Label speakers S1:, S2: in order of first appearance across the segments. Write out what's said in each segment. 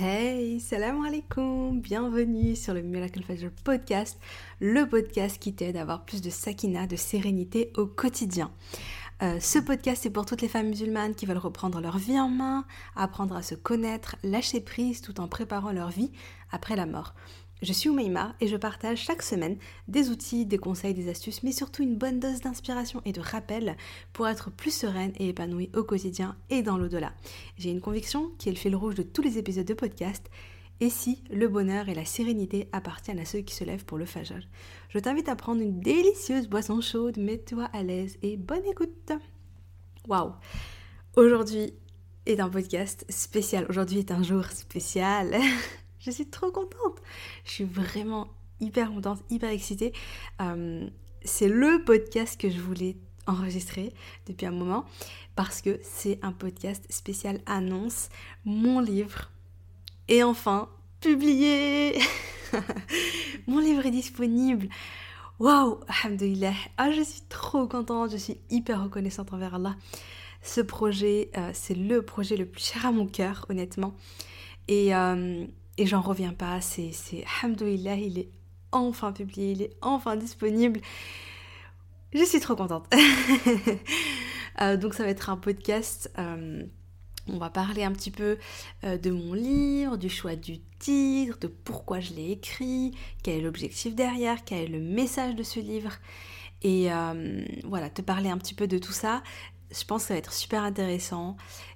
S1: Hey, salam alaikum, bienvenue sur le Miracle Fajr podcast, le podcast qui t'aide à avoir plus de sakina, de sérénité au quotidien. Ce podcast est pour toutes les femmes musulmanes qui veulent reprendre leur vie en main, apprendre à se connaître, lâcher prise tout en préparant leur vie après la mort. Je suis Oumaima et je partage chaque semaine des outils, des conseils, des astuces, mais surtout une bonne dose d'inspiration et de rappel pour être plus sereine et épanouie au quotidien et dans l'au-delà. J'ai une conviction qui est le fil rouge de tous les épisodes de podcast. Et si le bonheur et la sérénité appartiennent à ceux qui se lèvent pour le fajr? Je t'invite à prendre une délicieuse boisson chaude, mets-toi à l'aise et bonne écoute. Waouh! Aujourd'hui est un podcast spécial. Aujourd'hui est un jour spécial. Je suis trop contente. Je suis vraiment hyper contente, hyper excitée. C'est le podcast que je voulais enregistrer depuis un moment parce que c'est un podcast spécial annonce mon livre est enfin publié. Mon livre est disponible. Waouh, alhamdoulilah. Je suis trop contente, je suis hyper reconnaissante envers Allah. Ce projet, c'est le projet le plus cher à mon cœur, honnêtement. Et j'en reviens pas, c'est alhamdoulilah, il est enfin publié, il est enfin disponible. Je suis trop contente. Donc ça va être un podcast, on va parler un petit peu de mon livre, du choix du titre, de pourquoi je l'ai écrit, quel est l'objectif derrière, quel est le message de ce livre. Et voilà, te parler un petit peu de tout ça, je pense que ça va être super intéressant.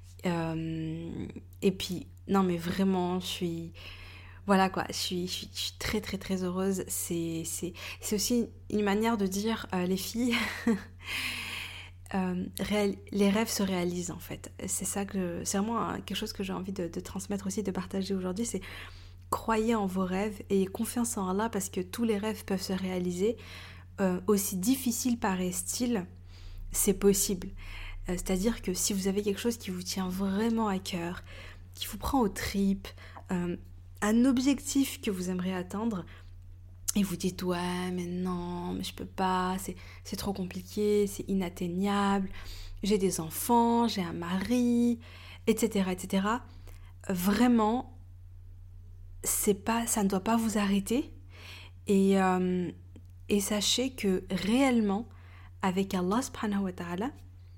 S1: Et puis, non mais vraiment, je suis très très très heureuse. C'est aussi une manière de dire, les filles, les rêves se réalisent en fait. C'est vraiment quelque chose que j'ai envie de transmettre aussi, de partager aujourd'hui, c'est croyez en vos rêves, ayez confiance en Allah parce que tous les rêves peuvent se réaliser. Aussi difficile paraissent-ils, c'est possible. C'est-à-dire que si vous avez quelque chose qui vous tient vraiment à cœur, qui vous prend aux tripes, un objectif que vous aimeriez atteindre, et vous dites ouais mais non, mais je peux pas, c'est trop compliqué, c'est inatteignable, j'ai des enfants, j'ai un mari, etc. Vraiment, ça ne doit pas vous arrêter. Et sachez que réellement, avec Allah subhanahu wa ta'ala,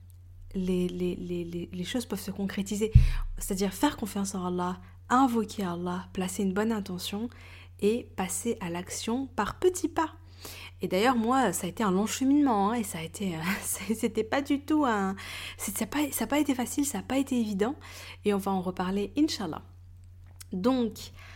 S1: les choses peuvent se concrétiser. C'est-à-dire faire confiance en Allah, invoquer Allah, placer une bonne intention et passer à l'action par petits pas. Et d'ailleurs, moi, ça a été un long cheminement, et ça a été, c'était pas du tout ça n'a pas été facile, ça n'a pas été évident, et on va en reparler, Inch'Allah. Donc,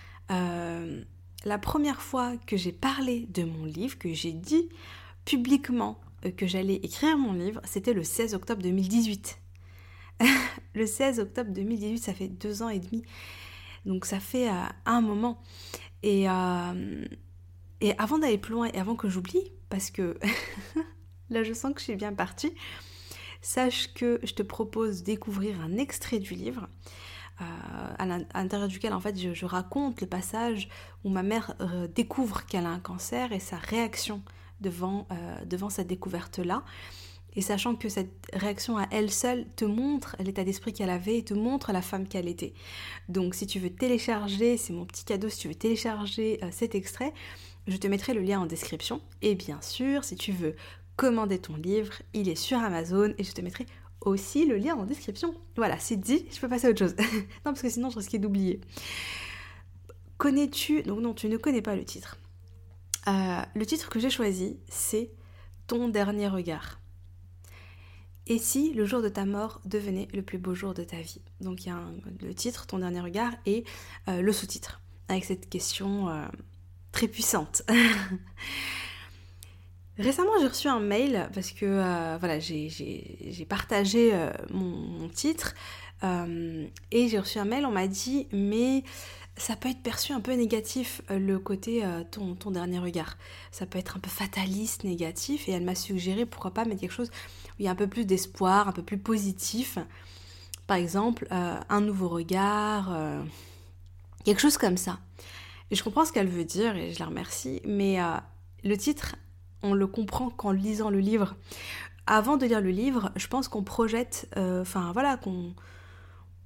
S1: la première fois que j'ai parlé de mon livre, que j'ai dit publiquement que j'allais écrire mon livre, c'était le 16 octobre 2018. Le 16 octobre 2018, ça fait 2 ans et demi. Donc ça fait un moment. Et avant d'aller plus loin et avant que j'oublie, parce que là je sens que je suis bien partie, sache que je te propose de découvrir un extrait du livre à l'intérieur duquel en fait je raconte le passage où ma mère découvre qu'elle a un cancer et sa réaction devant cette découverte-là. Et sachant que cette réaction à elle seule te montre l'état d'esprit qu'elle avait et te montre la femme qu'elle était. Donc si tu veux télécharger, c'est mon petit cadeau, si tu veux télécharger cet extrait, je te mettrai le lien en description. Et bien sûr, si tu veux commander ton livre, il est sur Amazon et je te mettrai aussi le lien en description. Voilà, c'est dit, je peux passer à autre chose. Non, parce que sinon je risquais d'oublier. Connais-tu... Donc non, tu ne connais pas le titre. Le titre que j'ai choisi, c'est Ton dernier regard. Et si le jour de ta mort devenait le plus beau jour de ta vie? Donc il y a le titre, Ton dernier regard, et le sous-titre, avec cette question très puissante. Récemment, j'ai reçu un mail, parce que j'ai partagé mon titre, et j'ai reçu un mail, on m'a dit, mais ça peut être perçu un peu négatif, le côté ton dernier regard. Ça peut être un peu fataliste, négatif, et elle m'a suggéré, pourquoi pas mettre quelque chose où il y a un peu plus d'espoir, un peu plus positif. Par exemple, un nouveau regard, quelque chose comme ça. Et je comprends ce qu'elle veut dire, et je la remercie, mais le titre, on le comprend qu'en lisant le livre. Avant de lire le livre, je pense qu'on projette,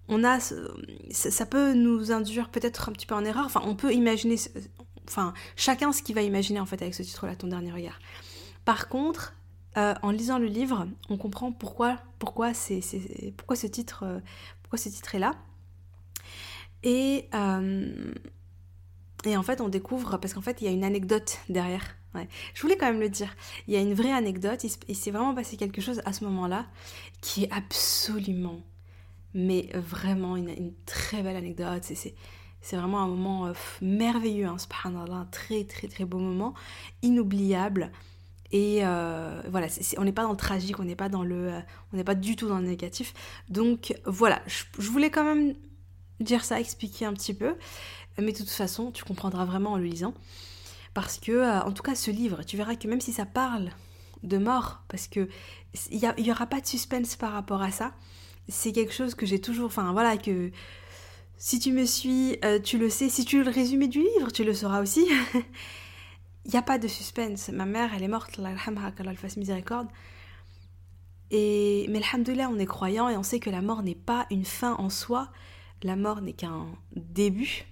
S1: ça peut nous induire peut-être un petit peu en erreur. Enfin, on peut imaginer, chacun ce qu'il va imaginer en fait avec ce titre-là, Ton dernier regard. Par contre, en lisant le livre, on comprend pourquoi ce titre est là. Et en fait, on découvre, parce qu'en fait, il y a une anecdote derrière. Ouais. Je voulais quand même le dire. Il y a une vraie anecdote, il s'est vraiment passé quelque chose à ce moment-là qui est absolument, mais vraiment une très belle anecdote. C'est vraiment un moment merveilleux, hein, subhanallah, un très très très beau moment, inoubliable. Et voilà, on n'est pas dans le tragique, on n'est pas du tout dans le négatif. Donc voilà, je voulais quand même dire ça, expliquer un petit peu. Mais de toute façon, tu comprendras vraiment en le lisant. Parce que, en tout cas, ce livre, tu verras que même si ça parle de mort, parce que il y aura pas de suspense par rapport à ça, c'est quelque chose que j'ai toujours... Enfin, voilà, que si tu me suis, tu le sais. Si tu lis le résumé du livre, tu le sauras aussi. Il n'y a pas de suspense. Ma mère, elle est morte, Allah yarhamha, qu'Allah le fasse miséricorde. Mais alhamdoulilah, on est croyant et on sait que la mort n'est pas une fin en soi. La mort n'est qu'un début.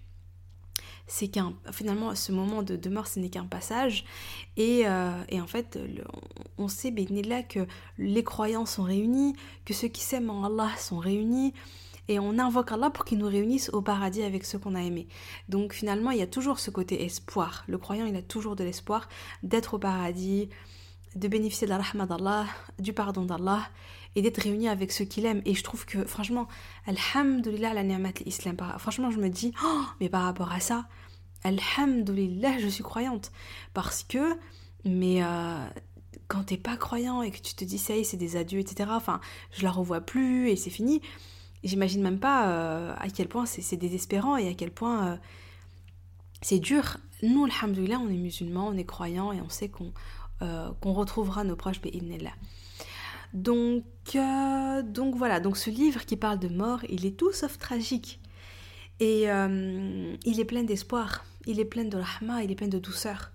S1: Finalement, ce moment de mort, ce n'est qu'un passage. Et en fait, on sait, bénillah, que les croyants sont réunis, que ceux qui s'aiment en Allah sont réunis. Et on invoque Allah pour qu'il nous réunisse au paradis avec ceux qu'on a aimés. Donc finalement, il y a toujours ce côté espoir. Le croyant, il a toujours de l'espoir d'être au paradis, de bénéficier de la rahma d'Allah, du pardon d'Allah, et d'être réuni avec ceux qu'il aime. Et je trouve que, franchement, alhamdoulilah, la ni'mat l'islam. Franchement, je me dis, mais par rapport à ça, alhamdoulilah, je suis croyante. Parce que, quand t'es pas croyant et que tu te dis, ça y est, c'est des adieux, etc., enfin, je la revois plus et c'est fini, j'imagine même pas à quel point c'est désespérant et à quel point c'est dur. Nous, alhamdoulilah, on est musulmans, on est croyants et on sait qu'on retrouvera nos proches, bi'idhnillah. Donc voilà, donc ce livre qui parle de mort, il est tout sauf tragique. Et il est plein d'espoir, il est plein de rahma, il est plein de douceur.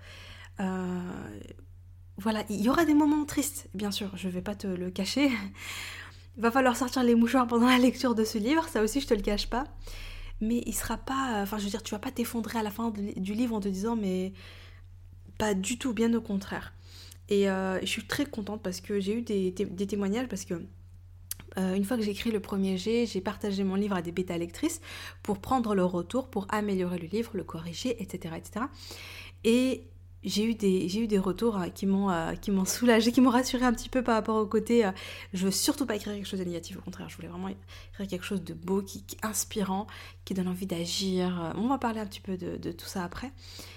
S1: Voilà, il y aura des moments tristes, bien sûr, je vais pas te le cacher. Il va falloir sortir les mouchoirs pendant la lecture de ce livre, ça aussi je te le cache pas. Mais il sera pas... Enfin, je veux dire, tu vas pas t'effondrer à la fin du livre en te disant, mais pas du tout, bien au contraire. Et je suis très contente parce que j'ai eu des témoignages, parce que une fois que j'ai écrit le premier jet, j'ai partagé mon livre à des bêta-lectrices pour prendre leur retour, pour améliorer le livre, le corriger, etc. etc. Et j'ai eu des retours qui m'ont soulagée, qui m'ont rassurée un petit peu par rapport au côté je veux surtout pas écrire quelque chose de négatif, au contraire, je voulais vraiment écrire quelque chose de beau, qui est inspirant, qui donne envie d'agir. On va parler un petit peu de tout ça après.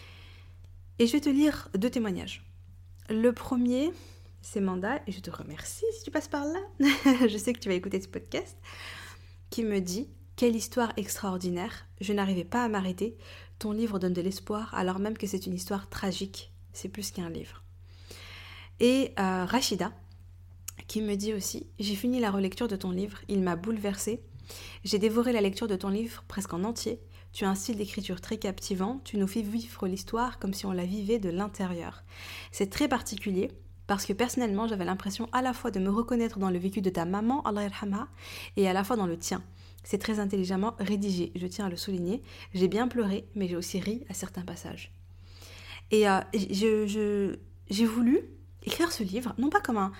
S1: Et je vais te lire 2 témoignages. Le premier, c'est Manda, et je te remercie si tu passes par là. Je sais que tu vas écouter ce podcast, qui me dit « Quelle histoire extraordinaire, je n'arrivais pas à m'arrêter. Ton livre donne de l'espoir, alors même que c'est une histoire tragique. C'est plus qu'un livre. » Et Rachida, qui me dit aussi « J'ai fini la relecture de ton livre, il m'a bouleversée. J'ai dévoré la lecture de ton livre presque en entier. Tu as un style d'écriture très captivant, tu nous fais vivre l'histoire comme si on la vivait de l'intérieur. C'est très particulier, parce que personnellement, j'avais l'impression à la fois de me reconnaître dans le vécu de ta maman, Allah yarhamha, et à la fois dans le tien. C'est très intelligemment rédigé, je tiens à le souligner. J'ai bien pleuré, mais j'ai aussi ri à certains passages. » Et j'ai voulu écrire ce livre, non pas comme un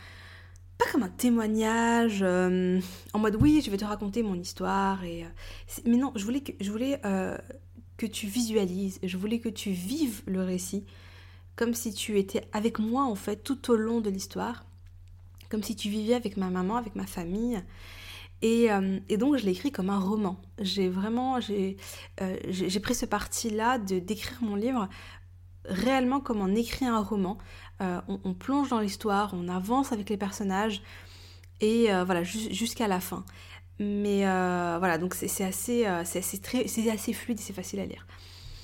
S1: témoignage en mode oui, je vais te raconter mon histoire, mais non, je voulais que tu visualises, je voulais que tu vives le récit comme si tu étais avec moi en fait tout au long de l'histoire, comme si tu vivais avec ma maman, avec ma famille. Et donc je l'ai écrit comme un roman. J'ai pris ce parti-là d'écrire mon livre réellement comme on écrit un roman. On plonge dans l'histoire, on avance avec les personnages et voilà, jusqu'à la fin. Mais voilà, donc c'est assez fluide et c'est facile à lire.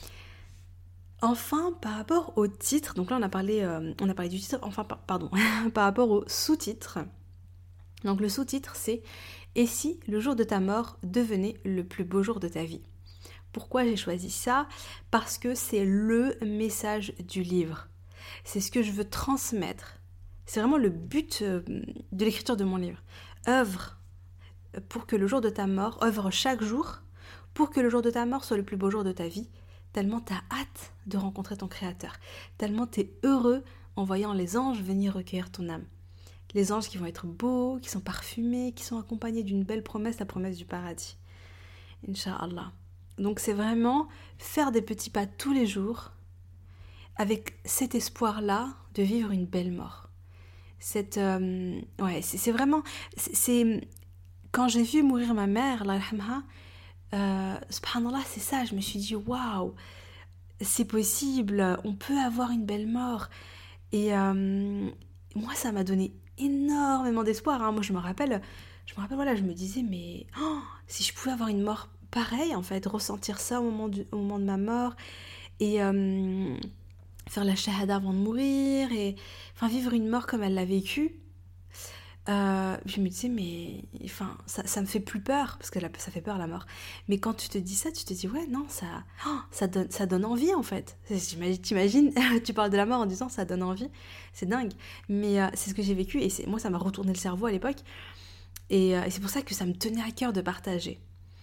S1: Enfin, par rapport au titre, donc là on a parlé du titre, par rapport au sous-titre. Donc le sous-titre c'est « Et si le jour de ta mort devenait le plus beau jour de ta vie ?» Pourquoi j'ai choisi ça ? Parce que c'est le message du livre. C'est ce que je veux transmettre. C'est vraiment le but de l'écriture de mon livre. Œuvre pour que le jour de ta mort, œuvre chaque jour pour que le jour de ta mort soit le plus beau jour de ta vie, tellement tu as hâte de rencontrer ton Créateur, tellement tu es heureux en voyant les anges venir recueillir ton âme. Les anges qui vont être beaux, qui sont parfumés, qui sont accompagnés d'une belle promesse, la promesse du paradis. Inch'Allah. Donc c'est vraiment faire des petits pas tous les jours avec cet espoir-là de vivre une belle mort. C'est vraiment... Quand j'ai vu mourir ma mère, Allah yarhamha, subhanallah, c'est ça, je me suis dit waouh, c'est possible, on peut avoir une belle mort. Et moi, ça m'a donné énormément d'espoir. Hein. Moi, je me rappelle, voilà, je me disais, mais si je pouvais avoir une mort pareille, en fait, ressentir ça au moment de ma mort, et faire la shahada avant de mourir, et enfin vivre une mort comme elle l'a vécue. Je me disais, mais enfin, ça me fait plus peur, parce que ça fait peur la mort. Mais quand tu te dis ça, tu te dis, ouais, non, ça donne envie en fait. T'imagines, tu parles de la mort en disant ça donne envie, c'est dingue. Mais c'est ce que j'ai vécu, et moi, ça m'a retourné le cerveau à l'époque. Et c'est pour ça que ça me tenait à cœur de partager.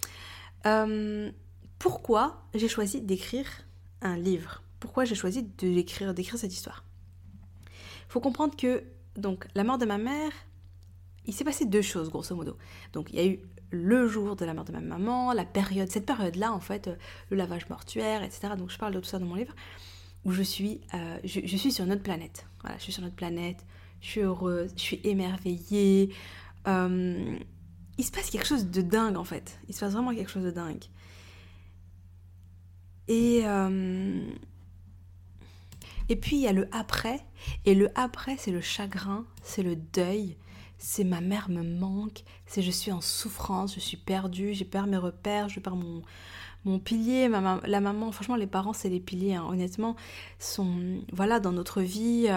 S1: Pourquoi j'ai choisi d'écrire un livre ? Pourquoi j'ai choisi d'écrire cette histoire ? Il faut comprendre que, donc, la mort de ma mère, il s'est passé 2 choses, grosso modo. Donc, il y a eu le jour de la mort de ma maman, cette période-là, en fait, le lavage mortuaire, etc. Donc, je parle de tout ça dans mon livre, où je suis sur notre planète. Voilà, je suis sur notre planète, je suis heureuse, je suis émerveillée. Il se passe quelque chose de dingue, en fait. Il se passe vraiment quelque chose de dingue. Et puis, il y a le après. Et le après, c'est le chagrin, c'est le deuil. C'est ma mère me manque, c'est je suis en souffrance, je suis perdue, je perds mes repères, je perds mon pilier, la maman, franchement les parents c'est les piliers, hein, honnêtement, sont voilà dans notre vie,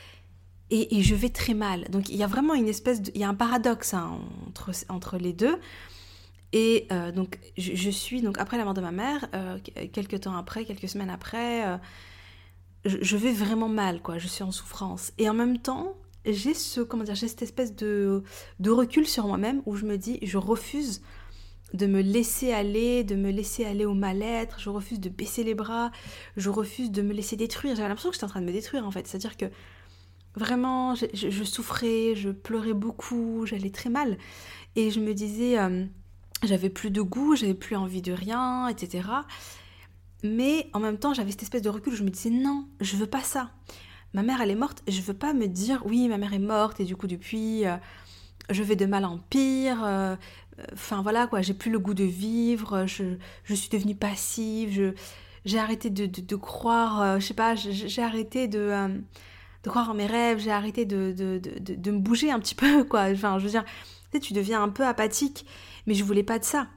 S1: et je vais très mal. Donc il y a vraiment il y a un paradoxe hein, entre les deux. Et donc je suis, donc après la mort de ma mère, quelques semaines après, je vais vraiment mal, quoi, je suis en souffrance. Et en même temps, j'ai cette espèce de recul sur moi-même où je me dis, je refuse de me laisser aller au mal-être, je refuse de baisser les bras, je refuse de me laisser détruire. J'avais l'impression que j'étais en train de me détruire en fait, c'est-à-dire que vraiment je souffrais, je pleurais beaucoup, j'allais très mal et je me disais, j'avais plus de goût, j'avais plus envie de rien, etc. Mais en même temps, j'avais cette espèce de recul où je me disais non, je veux pas ça. Ma mère, elle est morte, je veux pas me dire, oui, ma mère est morte, et du coup, depuis, je vais de mal en pire, enfin voilà, quoi, j'ai plus le goût de vivre, je suis devenue passive, j'ai arrêté de croire, je sais pas, j'ai arrêté de croire en mes rêves, j'ai arrêté de me bouger un petit peu, quoi, enfin, je veux dire, tu deviens un peu apathique, mais je voulais pas de ça.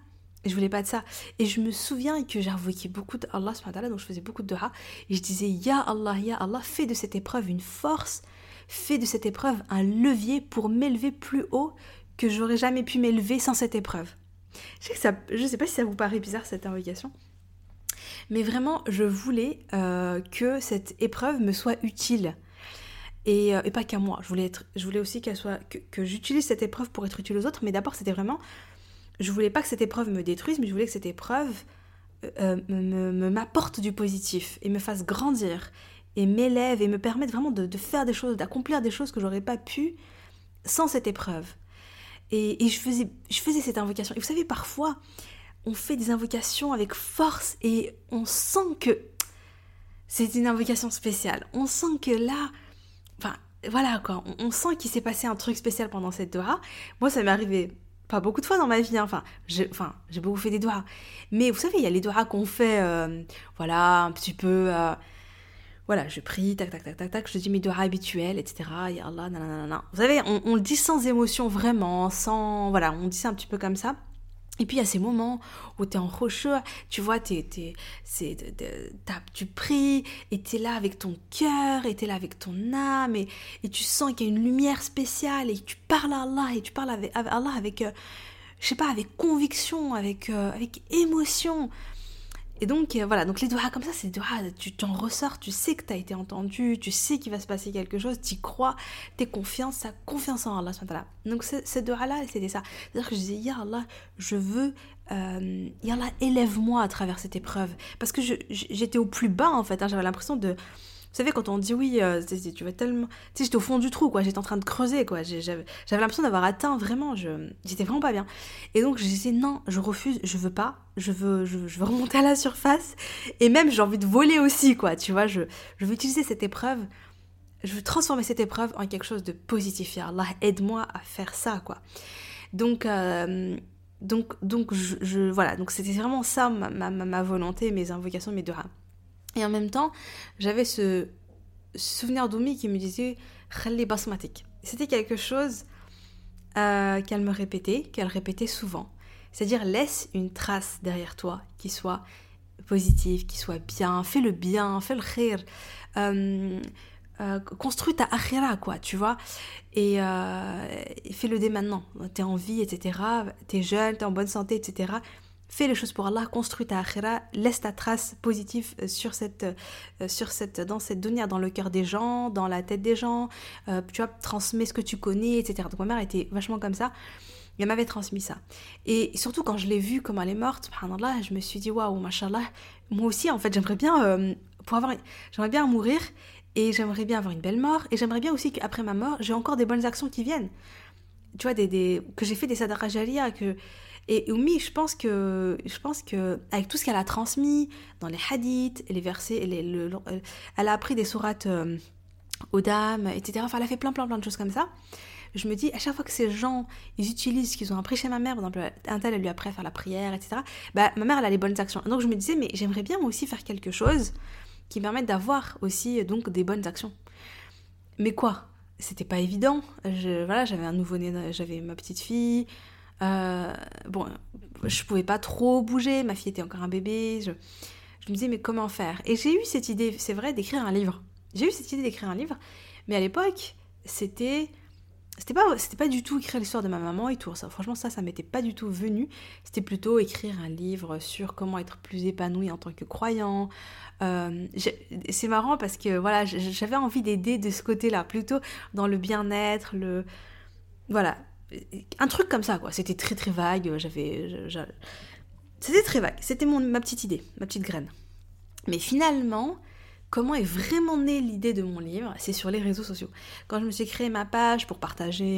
S1: Et je me souviens que j'invoquais beaucoup d'Allah, donc je faisais beaucoup de dua, et je disais, Ya Allah, fais de cette épreuve une force, fais de cette épreuve un levier pour m'élever plus haut que j'aurais jamais pu m'élever sans cette épreuve. Je sais pas si ça vous paraît bizarre cette invocation, mais vraiment, je voulais que cette épreuve me soit utile. Et pas qu'à moi, je voulais aussi que j'utilise cette épreuve pour être utile aux autres, mais d'abord c'était vraiment... Je voulais pas que cette épreuve me détruise, mais je voulais que cette épreuve m'apporte du positif et me fasse grandir et m'élève et me permette vraiment de faire des choses, d'accomplir des choses que j'aurais pas pu sans cette épreuve. Et je faisais cette invocation. Et vous savez, parfois, on fait des invocations avec force et on sent que c'est une invocation spéciale. On sent que là, enfin voilà quoi, on sent qu'il s'est passé un truc spécial pendant cette dua. Moi, ça m'est arrivé pas beaucoup de fois dans ma vie, hein. J'ai beaucoup fait des doigts. Mais vous savez, il y a les doigts qu'on fait, voilà, un petit peu, voilà, je prie, tac, tac, tac, tac, tac, je dis mes doigts habituels, etc. Ya Allah, nanana. Vous savez, on le dit sans émotion, vraiment, voilà, on dit ça un petit peu comme ça. Et puis il y a ces moments où t'es en khushu', tu vois, tu pries, et t'es là avec ton cœur, et t'es là avec ton âme, et tu sens qu'il y a une lumière spéciale, et tu parles à Allah, et tu parles avec Allah avec, je sais pas, avec conviction, avec émotion. Et donc, voilà, donc les doigts comme ça, c'est des doigts, tu t'en ressors, tu sais que tu as été entendu, tu sais qu'il va se passer quelque chose, tu y crois, tu es confiance, tu as confiance en Allah. Donc, ces doigts-là, c'était ça. C'est-à-dire que je disais, Ya Allah, je veux, Ya Allah, élève-moi à travers cette épreuve. Parce que j'étais au plus bas, en fait, hein, j'avais l'impression de... Vous savez, quand on dit oui, tu vas tellement... Tu sais, j'étais au fond du trou, quoi. J'étais en train de creuser, quoi. J'avais l'impression d'avoir atteint, vraiment, j'étais vraiment pas bien. Et donc, je disais, non, je refuse, je veux pas. Je veux remonter à la surface. Et même, j'ai envie de voler aussi, quoi. Tu vois, je veux utiliser cette épreuve. Je veux transformer cette épreuve en quelque chose de positif. Ya Allah, aide-moi à faire ça, quoi. Donc, voilà. Donc, c'était vraiment ça, ma volonté, mes invocations, mes du'as. Et en même temps, j'avais ce souvenir d'Oumi qui me disait « Khalli basmatik ». C'était quelque chose qu'elle répétait souvent. C'est-à-dire, laisse une trace derrière toi qui soit positive, qui soit bien, fais le bien, fais le khir, construis ta akhira, quoi, tu vois, et fais-le dès maintenant. T'es en vie, etc., t'es jeune, t'es en bonne santé, etc., fais les choses pour Allah, construis ta akhira, laisse ta trace positive dans cette dunya, dans le cœur des gens, dans la tête des gens, tu vois, transmets ce que tu connais, etc. Donc ma mère était vachement comme ça, et elle m'avait transmis ça. Et surtout quand je l'ai vue comme elle est morte, subhanallah, je me suis dit waouh, mashallah, moi aussi en fait j'aimerais bien mourir, et j'aimerais bien avoir une belle mort, et j'aimerais bien aussi qu'après ma mort, j'ai encore des bonnes actions qui viennent. Tu vois, que j'ai fait des sadaqa jariya, Et Oumi, je pense que avec tout ce qu'elle a transmis dans les hadiths, les versets, elle a appris des sourates aux dames, etc. Enfin, elle a fait plein de choses comme ça. Je me dis, à chaque fois que ces gens, ils utilisent ce qu'ils ont appris chez ma mère, par exemple, un tel, elle lui a appris à faire la prière, etc. Bah, ma mère, elle a les bonnes actions. Donc je me disais, mais j'aimerais bien moi aussi faire quelque chose qui me permette d'avoir aussi donc des bonnes actions. Mais quoi ? C'était pas évident. J'avais un nouveau-né, j'avais ma petite fille. Je pouvais pas trop bouger, ma fille était encore un bébé, je me disais mais comment faire ? Et j'ai eu cette idée, c'est vrai, d'écrire un livre. Mais à l'époque, c'était pas du tout écrire l'histoire de ma maman et tout ça. Franchement, ça m'était pas du tout venu. C'était plutôt écrire un livre sur comment être plus épanoui en tant que croyant. C'est marrant parce que voilà, j'avais envie d'aider de ce côté-là, plutôt dans le bien-être, voilà. Un truc comme ça, quoi. C'était très très vague. C'était très vague. C'était ma petite idée, ma petite graine. Mais finalement, comment est vraiment née l'idée de mon livre ? C'est sur les réseaux sociaux. Quand je me suis créé ma page pour partager,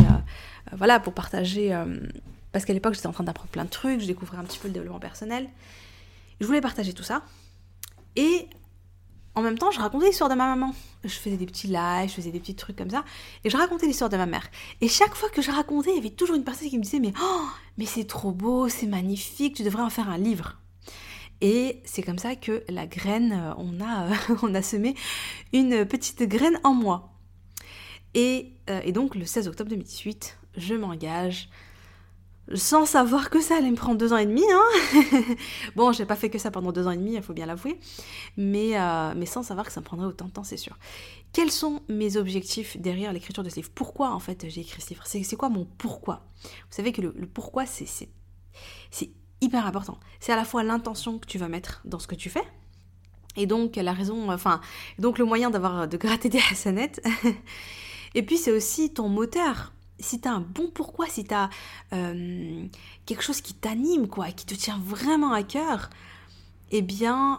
S1: parce qu'à l'époque j'étais en train d'apprendre plein de trucs, je découvrais un petit peu le développement personnel. Je voulais partager tout ça. Et en même temps, je racontais l'histoire de ma maman. Je faisais des petits lives, je faisais des petits trucs comme ça. Et je racontais l'histoire de ma mère. Et chaque fois que je racontais, il y avait toujours une personne qui me disait mais c'est trop beau, c'est magnifique, tu devrais en faire un livre. Et c'est comme ça que la graine, on a semé une petite graine en moi. Et donc, le 16 octobre 2018, je m'engage, sans savoir que ça allait me prendre 2 ans et demi. Bon, j'ai pas fait que ça pendant 2 ans et demi, il faut bien l'avouer. Mais sans savoir que ça me prendrait autant de temps, c'est sûr. Quels sont mes objectifs derrière l'écriture de ce livre ? Pourquoi, en fait, j'ai écrit ce livre ? C'est quoi mon pourquoi ? Vous savez que le pourquoi, c'est hyper important. C'est à la fois l'intention que tu vas mettre dans ce que tu fais, et donc donc le moyen de gratter des hasanettes. Et puis c'est aussi ton moteur. Si t'as un bon pourquoi, si t'as quelque chose qui t'anime, quoi, qui te tient vraiment à cœur, eh bien,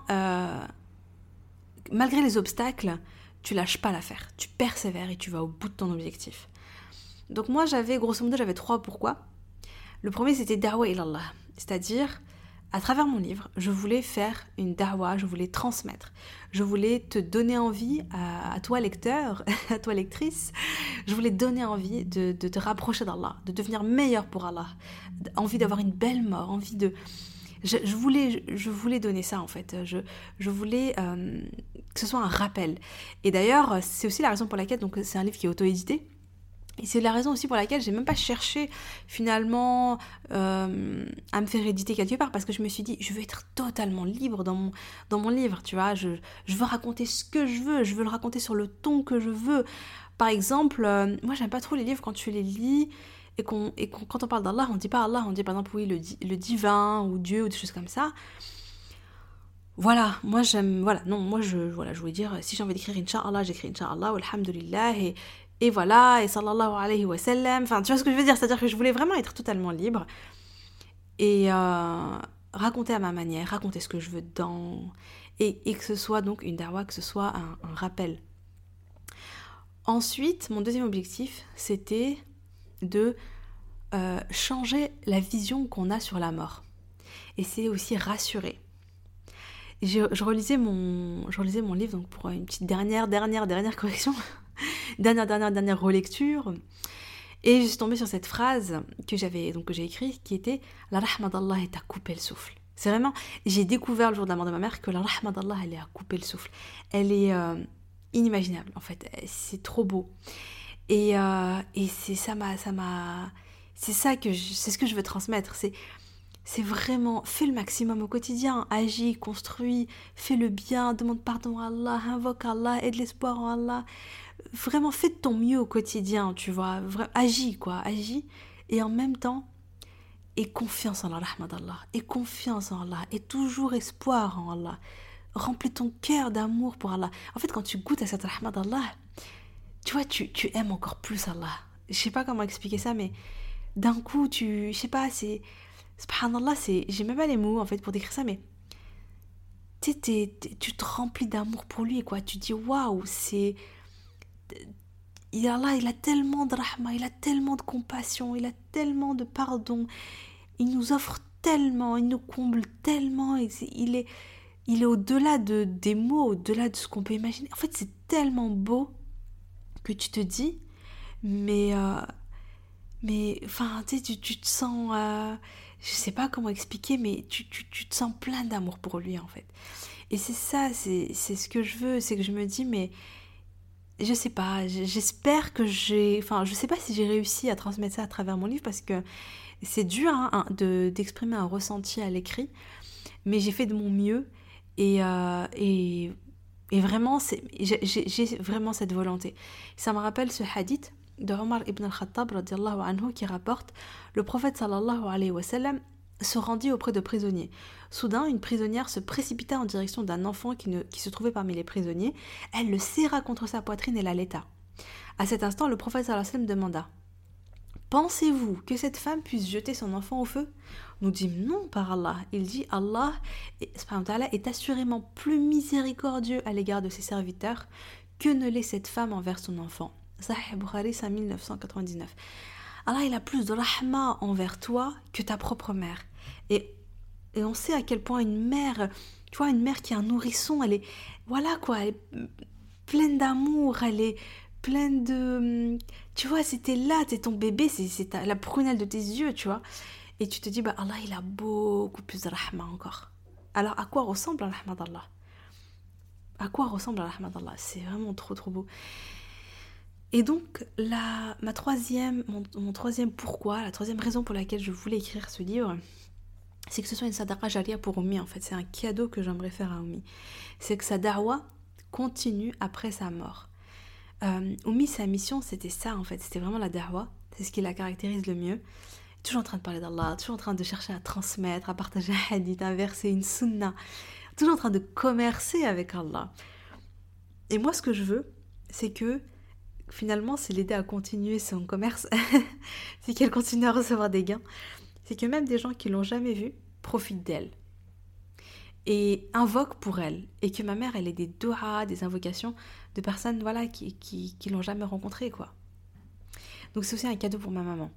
S1: malgré les obstacles, tu lâches pas l'affaire. Tu persévères et tu vas au bout de ton objectif. Donc moi, grosso modo, j'avais 3 pourquoi. Le premier, c'était da'wa ilallah. C'est-à-dire, à travers mon livre, je voulais faire une da'wa, je voulais transmettre. Je voulais te donner envie à toi lecteur, à toi lectrice, je voulais te donner envie de te rapprocher d'Allah, de devenir meilleur pour Allah, envie d'avoir une belle mort, envie de... Je voulais donner ça en fait, je voulais que ce soit un rappel. Et d'ailleurs, c'est aussi la raison pour laquelle, donc c'est un livre qui est auto-édité, et c'est la raison aussi pour laquelle j'ai même pas cherché finalement à me faire éditer quelque part, parce que je me suis dit, je veux être totalement libre dans mon livre, tu vois, je veux raconter ce que je veux le raconter sur le ton que je veux. Par exemple, moi j'aime pas trop les livres quand tu les lis et quand on parle d'Allah, on dit pas Allah, on dit par exemple oui le divin ou Dieu ou des choses comme ça. Voilà, moi j'aime, voilà, non, moi je voulais dire, si j'ai envie d'écrire Inch'Allah, j'écris Inch'Allah, ou Alhamdulillah, et voilà, et sallallahu alayhi wa sallam, enfin tu vois ce que je veux dire, c'est-à-dire que je voulais vraiment être totalement libre, et raconter à ma manière, raconter ce que je veux dedans, et que ce soit donc une dawa, que ce soit un rappel. Ensuite, mon deuxième objectif, c'était de changer la vision qu'on a sur la mort. Et c'est aussi rassurer. Je relisais mon livre donc pour une petite dernière correction, dernière relecture, et je suis tombée sur cette phrase que j'ai écrite, qui était « La rahma d'Allah est à couper le souffle ». C'est vraiment, j'ai découvert le jour de la mort de ma mère que la rahma d'Allah, elle est à couper le souffle. Elle est inimaginable, en fait. C'est trop beau. Et c'est c'est ce que je veux transmettre. C'est vraiment, fais le maximum au quotidien, agis, construis, fais le bien, demande pardon à Allah, invoque Allah, aide l'espoir en Allah. Vraiment, fais de ton mieux au quotidien, tu vois. Agis, agis. Et en même temps, aie confiance en la rahma d'Allah, aie confiance en Allah, aie toujours espoir en Allah. Remplis ton cœur d'amour pour Allah. En fait, quand tu goûtes à cette rahma d'Allah, tu vois, tu aimes encore plus Allah. Je sais pas comment expliquer ça, mais d'un coup, je sais pas, subhanallah, j'ai même pas les mots en fait pour décrire ça, mais tu te remplis d'amour pour lui, quoi. Tu dis waouh, Allah, il a tellement de rahma, il a tellement de compassion, il a tellement de pardon, il nous offre tellement, il nous comble tellement, il est au-delà des mots, au-delà de ce qu'on peut imaginer. En fait, c'est tellement beau que tu te dis, mais enfin, tu te sens, je sais pas comment expliquer, mais tu te sens plein d'amour pour lui, en fait. Et c'est ça, c'est ce que je veux, c'est que je me dis, mais je sais pas, j'espère que enfin, je sais pas si j'ai réussi à transmettre ça à travers mon livre, parce que c'est dur d'exprimer un ressenti à l'écrit, mais j'ai fait de mon mieux, et vraiment, j'ai vraiment cette volonté. Ça me rappelle ce hadith de Omar ibn al-Khattab radiallahu anhu qui rapporte: le prophète sallallahu alayhi wa sallam se rendit auprès de prisonniers. Soudain, une prisonnière se précipita en direction d'un enfant qui se trouvait parmi les prisonniers. Elle le serra contre sa poitrine et l'allaita. À cet instant, le prophète sallallahu alayhi wa sallam demanda: pensez-vous que cette femme puisse jeter son enfant au feu? Nous dîmes non, par Allah. Il dit: Allah est assurément plus miséricordieux à l'égard de ses serviteurs que ne l'est cette femme envers son enfant. Sahih Bukhari 5999. Allah, il a plus de rahma envers toi que ta propre mère. Et on sait à quel point une mère, tu vois, une mère qui a un nourrisson, elle est, voilà quoi, elle est pleine d'amour, elle est pleine de, tu vois, c'était là, t'es ton bébé, c'est la prunelle de tes yeux, tu vois. Et tu te dis, bah Allah, il a beaucoup plus de rahma encore. Alors, à quoi ressemble la rahma d'Allah? À quoi ressemble la rahma d'Allah? C'est vraiment trop trop beau. Et donc, mon troisième pourquoi, la troisième raison pour laquelle je voulais écrire ce livre, c'est que ce soit une sadaqa jariya pour Oumi, en fait. C'est un cadeau que j'aimerais faire à Oumi. C'est que sa da'wa continue après sa mort. Oumi, sa mission, c'était ça, en fait. C'était vraiment la da'wa. C'est ce qui la caractérise le mieux. Toujours en train de parler d'Allah, toujours en train de chercher à transmettre, à partager un hadith, un verset, une sunna. Toujours en train de commercer avec Allah. Et moi, ce que je veux, c'est que finalement, c'est l'aider à continuer son commerce, c'est qu'elle continue à recevoir des gains, c'est que même des gens qui l'ont jamais vue profitent d'elle et invoquent pour elle, et que ma mère, elle ait des doha, des invocations de personnes, voilà, qui l'ont jamais rencontrée, quoi. Donc c'est aussi un cadeau pour ma maman.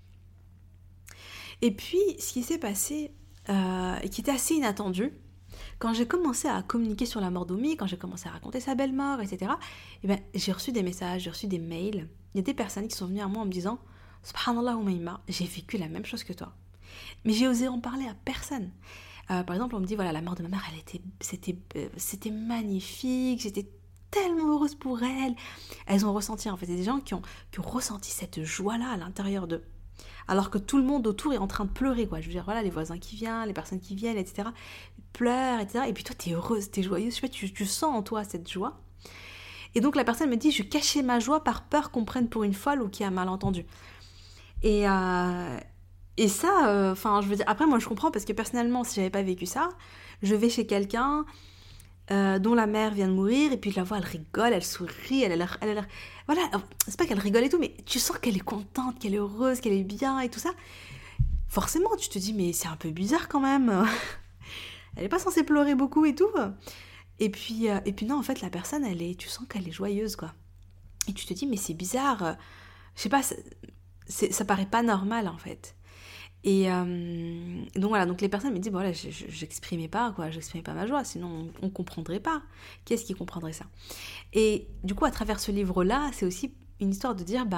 S1: Et puis, ce qui s'est passé, et qui était assez inattendu, quand j'ai commencé à communiquer sur la mort d'Oumi, quand j'ai commencé à raconter sa belle mort, etc., eh ben, j'ai reçu des messages, j'ai reçu des mails. Il y a des personnes qui sont venues à moi en me disant: Subhanallah Oumaima, j'ai vécu la même chose que toi. Mais j'ai osé en parler à personne. Par exemple, on me dit, voilà, la mort de ma mère, c'était magnifique, j'étais tellement heureuse pour elle. Elles ont ressenti, en fait, des gens qui ont ressenti cette joie-là à l'intérieur d'eux. Alors que tout le monde autour est en train de pleurer, quoi. Je veux dire, voilà, les voisins qui viennent, les personnes qui viennent, etc., pleurent, etc. Et puis toi, t'es heureuse, t'es joyeuse, je sais pas, tu sens en toi cette joie. Et donc la personne me dit: je cachais ma joie par peur qu'on prenne pour une folle ou qu'il y a un malentendu. Et Et ça, je veux dire, après moi je comprends parce que personnellement, si j'avais pas vécu ça, je vais chez quelqu'un dont la mère vient de mourir, et puis je la vois, elle rigole, elle sourit, elle a l'air... Voilà, c'est pas qu'elle rigole et tout, mais tu sens qu'elle est contente, qu'elle est heureuse, qu'elle est bien et tout ça. Forcément, tu te dis, mais c'est un peu bizarre quand même. Elle est pas censée pleurer beaucoup et tout. Et puis non, en fait, la personne, tu sens qu'elle est joyeuse, quoi. Et tu te dis, mais c'est bizarre. Je sais pas, ça paraît pas normal, en fait. Et donc voilà, donc les personnes me disent, bon, voilà, j'exprimais pas, quoi, j'exprimais pas ma joie, sinon on comprendrait pas. Qui est-ce qui comprendrait ça? Et du coup, à travers ce livre-là, c'est aussi une histoire de dire,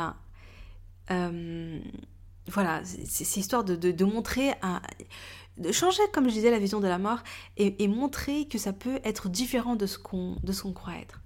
S1: voilà, c'est histoire de montrer, de changer, comme je disais, la vision de la mort, et montrer que ça peut être différent de ce qu'on croit être.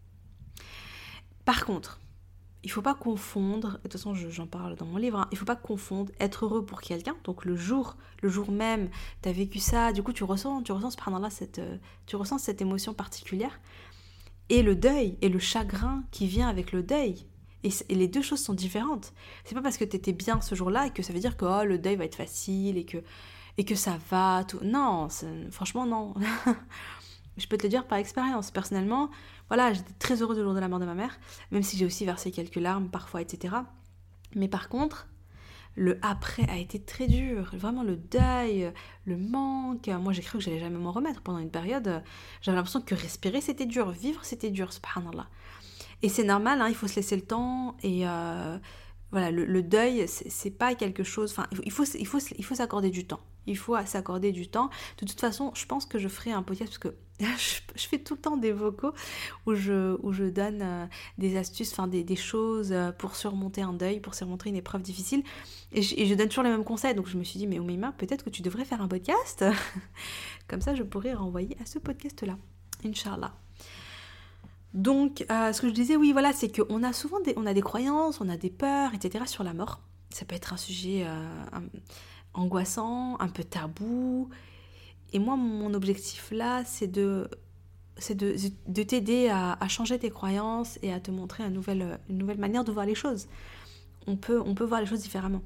S1: Par contre, il faut pas confondre, de toute façon j'en parle dans mon livre, hein, il faut pas confondre être heureux pour quelqu'un, donc le jour même, tu as vécu ça, du coup tu ressens subhanallah, tu ressens cette émotion particulière, et le deuil, et le chagrin qui vient avec le deuil. Et les deux choses sont différentes. C'est pas parce que tu étais bien ce jour-là que ça veut dire que le deuil va être facile et que ça va, tout. Non, franchement non. Je peux te le dire par expérience. Personnellement, voilà, j'étais très heureuse le jour de la mort de ma mère, même si j'ai aussi versé quelques larmes parfois, etc. Mais par contre, le après a été très dur. Vraiment le deuil, le manque. Moi, j'ai cru que j'allais jamais m'en remettre pendant une période. J'avais l'impression que respirer, c'était dur. Vivre, c'était dur, subhanallah. Et c'est normal, hein, il faut se laisser le temps. Et voilà, le deuil, c'est pas quelque chose... Enfin, il faut s'accorder du temps. Il faut s'accorder du temps. De toute façon, je pense que je ferai un podcast parce que je fais tout le temps des vocaux où je donne des astuces, enfin des choses pour surmonter un deuil, pour surmonter une épreuve difficile. Et je donne toujours les mêmes conseils. Donc je me suis dit, mais Oumaima, peut-être que tu devrais faire un podcast. Comme ça, je pourrais renvoyer à ce podcast-là. Inch'Allah. Donc, ce que je disais, oui, voilà, c'est qu'on a souvent on a des croyances, on a des peurs, etc. sur la mort. Ça peut être un sujet angoissant, un peu tabou. Et moi, mon objectif là, c'est de t'aider à changer tes croyances et à te montrer une nouvelle manière de voir les choses. On peut voir les choses différemment.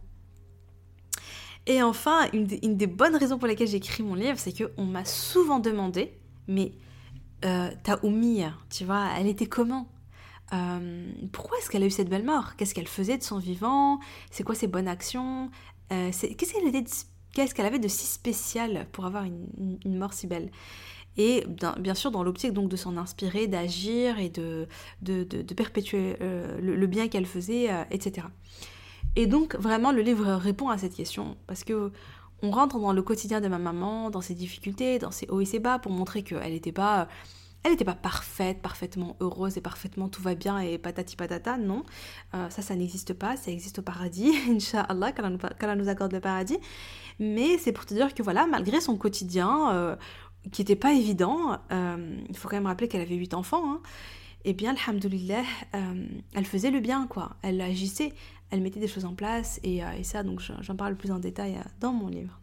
S1: Et enfin, une des bonnes raisons pour lesquelles j'ai écrit mon livre, c'est qu'on m'a souvent demandé, mais ta Oumi, tu vois, elle était comment ? Pourquoi est-ce qu'elle a eu cette belle mort ? Qu'est-ce qu'elle faisait de son vivant ? C'est quoi ses bonnes actions ? Qu'est-ce qu'elle avait de si spécial pour avoir une mort si belle ? Et bien sûr dans l'optique donc de s'en inspirer, d'agir et de perpétuer le bien qu'elle faisait, etc. Et donc vraiment le livre répond à cette question parce que on rentre dans le quotidien de ma maman, dans ses difficultés, dans ses hauts et ses bas pour montrer qu'elle n'était pas parfaite, parfaitement heureuse et parfaitement tout va bien et patati patata, non. Ça n'existe pas, ça existe au paradis, Inch'Allah, qu'Allah nous accorde le paradis. Mais c'est pour te dire que voilà, malgré son quotidien, qui n'était pas évident, il faut quand même rappeler qu'elle avait 8 enfants, hein, et bien, alhamdoulilah, elle faisait le bien, quoi. Elle agissait, elle mettait des choses en place, et ça, donc j'en parle plus en détail dans mon livre.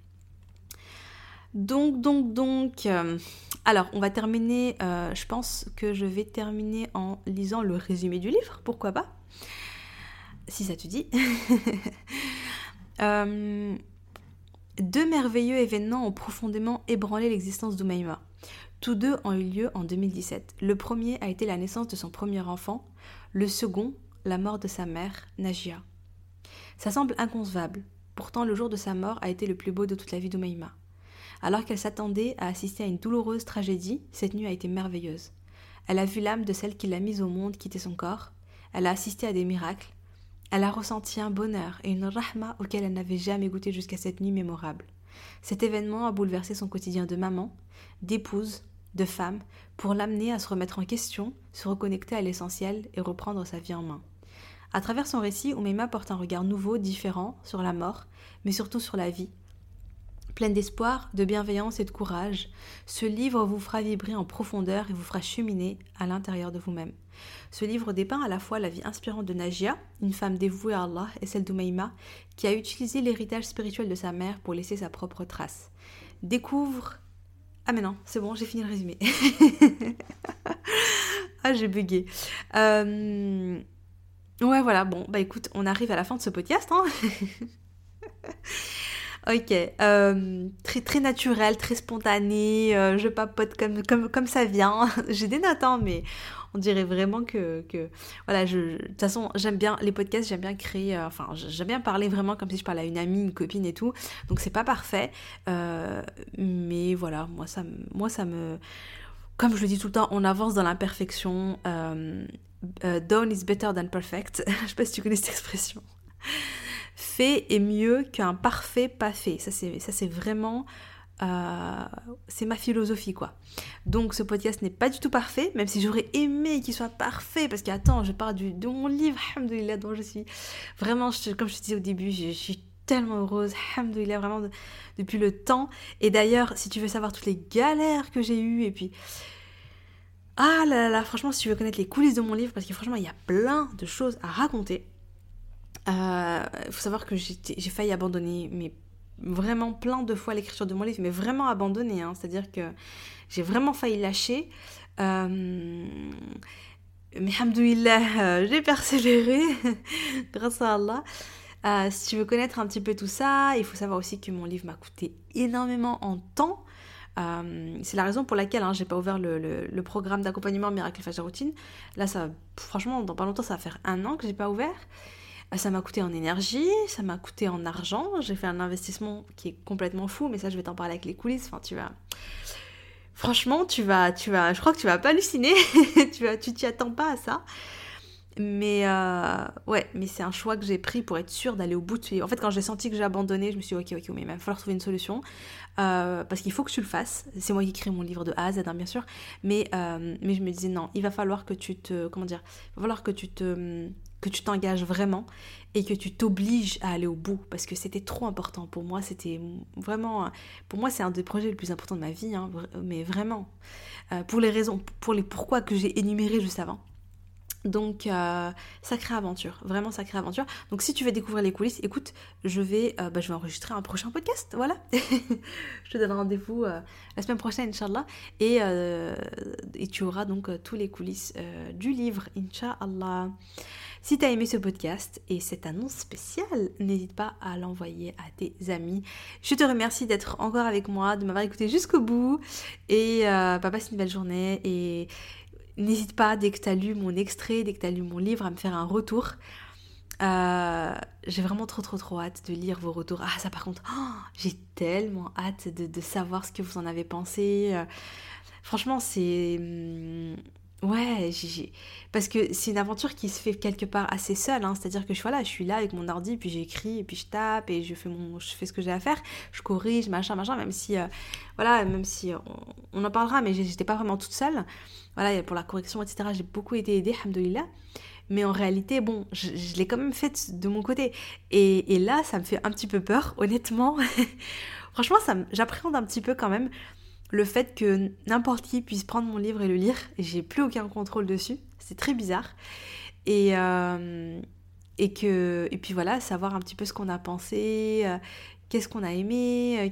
S1: Donc, alors on va terminer, je pense que je vais terminer en lisant le résumé du livre, pourquoi pas, si ça te dit. Deux merveilleux événements ont profondément ébranlé l'existence d'Oumaima. Tous deux ont eu lieu en 2017. Le premier a été la naissance de son premier enfant, le second, la mort de sa mère, Najia. Ça semble inconcevable, pourtant le jour de sa mort a été le plus beau de toute la vie d'Oumaima. Alors qu'elle s'attendait à assister à une douloureuse tragédie, cette nuit a été merveilleuse. Elle a vu l'âme de celle qui l'a mise au monde quitter son corps, elle a assisté à des miracles, elle a ressenti un bonheur et une rahma auquel elle n'avait jamais goûté jusqu'à cette nuit mémorable. Cet événement a bouleversé son quotidien de maman, d'épouse, de femme, pour l'amener à se remettre en question, se reconnecter à l'essentiel et reprendre sa vie en main. À travers son récit, Oumaima porte un regard nouveau, différent, sur la mort, mais surtout sur la vie. Pleine d'espoir, de bienveillance et de courage, ce livre vous fera vibrer en profondeur et vous fera cheminer à l'intérieur de vous-même. Ce livre dépeint à la fois la vie inspirante de Najia, une femme dévouée à Allah, et celle d'Oumaima, qui a utilisé l'héritage spirituel de sa mère pour laisser sa propre trace. Découvre... Ah mais non, c'est bon, j'ai fini le résumé. Ah, j'ai bugué. Ouais, voilà, bon, bah écoute, on arrive à la fin de ce podcast, hein. Ok, très, très naturel, très spontané, je papote comme ça vient. J'ai des notes, hein, mais on dirait vraiment que voilà, de toute façon, j'aime bien les podcasts, j'aime bien créer, j'aime bien parler vraiment comme si je parlais à une amie, une copine et tout. Donc c'est pas parfait, mais voilà, moi ça me, comme je le dis tout le temps, on avance dans l'imperfection. Done is better than perfect. Je sais pas si tu connais cette expression. Fait est mieux qu'un parfait pas fait. Ça c'est vraiment c'est ma philosophie quoi. Donc ce podcast n'est pas du tout parfait, même si j'aurais aimé qu'il soit parfait, parce qu'attends, je parle de mon livre, alhamdoulilah, dont je suis vraiment, comme je te disais au début, je suis tellement heureuse, alhamdoulilah, vraiment depuis le temps. Et d'ailleurs, si tu veux savoir toutes les galères que j'ai eues, et puis ah là là là, franchement, si tu veux connaître les coulisses de mon livre, parce que franchement, il y a plein de choses à raconter. Faut savoir que j'ai failli abandonner, mais vraiment plein de fois l'écriture de mon livre, mais vraiment abandonné, hein, c'est-à-dire que j'ai vraiment failli lâcher. Mais hamdouillah, j'ai persévéré, grâce à Allah. Si tu veux connaître un petit peu tout ça, il faut savoir aussi que mon livre m'a coûté énormément en temps. C'est la raison pour laquelle j'ai pas ouvert le programme d'accompagnement Miracle Fajr Routine. Là, franchement, dans pas longtemps, ça va faire 1 an que j'ai pas ouvert. Ça m'a coûté en énergie, ça m'a coûté en argent. J'ai fait un investissement qui est complètement fou, mais ça, je vais t'en parler avec les coulisses. Enfin, franchement, je crois que tu vas pas halluciner. tu t'y attends pas à ça. Mais ouais, mais c'est un choix que j'ai pris pour être sûre d'aller au bout de ce... En fait, quand j'ai senti que j'ai abandonné, je me suis dit ok, mais il va falloir trouver une solution. Parce qu'il faut que tu le fasses. C'est moi qui crée mon livre de A à Z, bien sûr. Mais je me disais non, il va falloir que tu te... Comment dire ? Il va falloir que tu t'engages vraiment et que tu t'obliges à aller au bout, parce que c'était trop important pour moi. C'était vraiment... Pour moi, c'est un des projets les plus importants de ma vie, mais vraiment. Pour les raisons, pour les pourquoi que j'ai énumérés juste avant. Donc, sacrée aventure, vraiment sacrée aventure. Donc, si tu veux découvrir les coulisses, écoute, je vais enregistrer un prochain podcast, voilà. Je te donne rendez-vous la semaine prochaine, Inch'Allah. Et tu auras donc tous les coulisses du livre, Inch'Allah. Si tu as aimé ce podcast et cette annonce spéciale, n'hésite pas à l'envoyer à tes amis. Je te remercie d'être encore avec moi, de m'avoir écouté jusqu'au bout. Et passe une belle journée. Et n'hésite pas, dès que tu as lu mon extrait, dès que tu as lu mon livre, à me faire un retour. J'ai vraiment trop hâte de lire vos retours. Ah, ça par contre, j'ai tellement hâte de savoir ce que vous en avez pensé. Franchement, c'est... Ouais, parce que c'est une aventure qui se fait quelque part assez seule, c'est-à-dire que je suis là avec mon ordi, puis j'écris, et puis je tape, et je fais ce que j'ai à faire, je corrige, machin, même si, on en parlera, mais j'étais pas vraiment toute seule, voilà, pour la correction, etc., j'ai beaucoup été aidée, alhamdoulilah, mais en réalité, bon, je l'ai quand même faite de mon côté, et là, ça me fait un petit peu peur, honnêtement, franchement, j'appréhende un petit peu quand même, le fait que n'importe qui puisse prendre mon livre et le lire, et j'ai plus aucun contrôle dessus, c'est très bizarre. Et puis voilà, savoir un petit peu ce qu'on a pensé, qu'est-ce qu'on a aimé,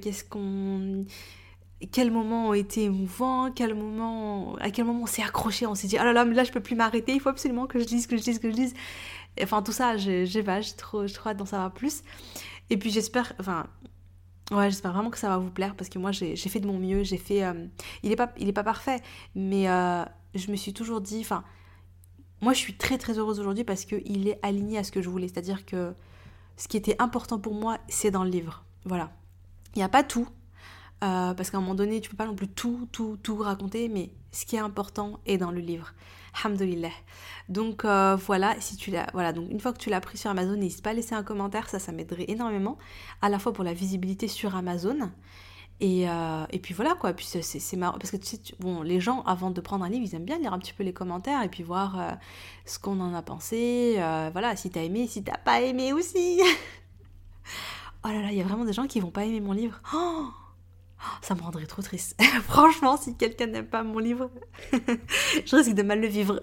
S1: quels moments ont été émouvants, à quel moment on s'est accroché, on s'est dit oh là là, mais là je peux plus m'arrêter, il faut absolument que je lise. Enfin tout ça, j'ai trop hâte d'en savoir plus. Et puis j'espère vraiment que ça va vous plaire, parce que moi j'ai fait de mon mieux, il est pas parfait, mais je me suis toujours dit, moi je suis très très heureuse aujourd'hui parce qu'il est aligné à ce que je voulais, c'est-à-dire que ce qui était important pour moi, c'est dans le livre, voilà. Il n'y a pas tout, parce qu'à un moment donné tu peux pas non plus tout raconter, mais ce qui est important est dans le livre. Alhamdoulilah. Donc voilà, donc une fois que tu l'as pris sur Amazon, n'hésite pas à laisser un commentaire, ça m'aiderait énormément, à la fois pour la visibilité sur Amazon, et puis voilà quoi. Puis c'est marrant, parce que tu sais, les gens avant de prendre un livre, ils aiment bien lire un petit peu les commentaires, et puis voir ce qu'on en a pensé, voilà, si t'as aimé, si t'as pas aimé aussi. Oh là là, il y a vraiment des gens qui vont pas aimer mon livre. Ça me rendrait trop triste. Franchement, si quelqu'un n'aime pas mon livre, je risque de mal le vivre.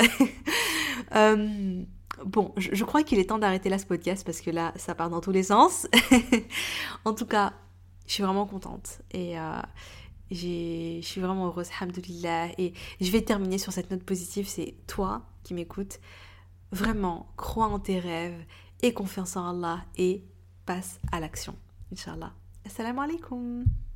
S1: Bon, je crois qu'il est temps d'arrêter là ce podcast, parce que là, ça part dans tous les sens. En tout cas, je suis vraiment contente. Et je suis vraiment heureuse, alhamdoulilah. Et je vais terminer sur cette note positive. C'est toi qui m'écoutes. Vraiment, crois en tes rêves et confiance en Allah et passe à l'action. Inch'Allah. Assalamu alaikum.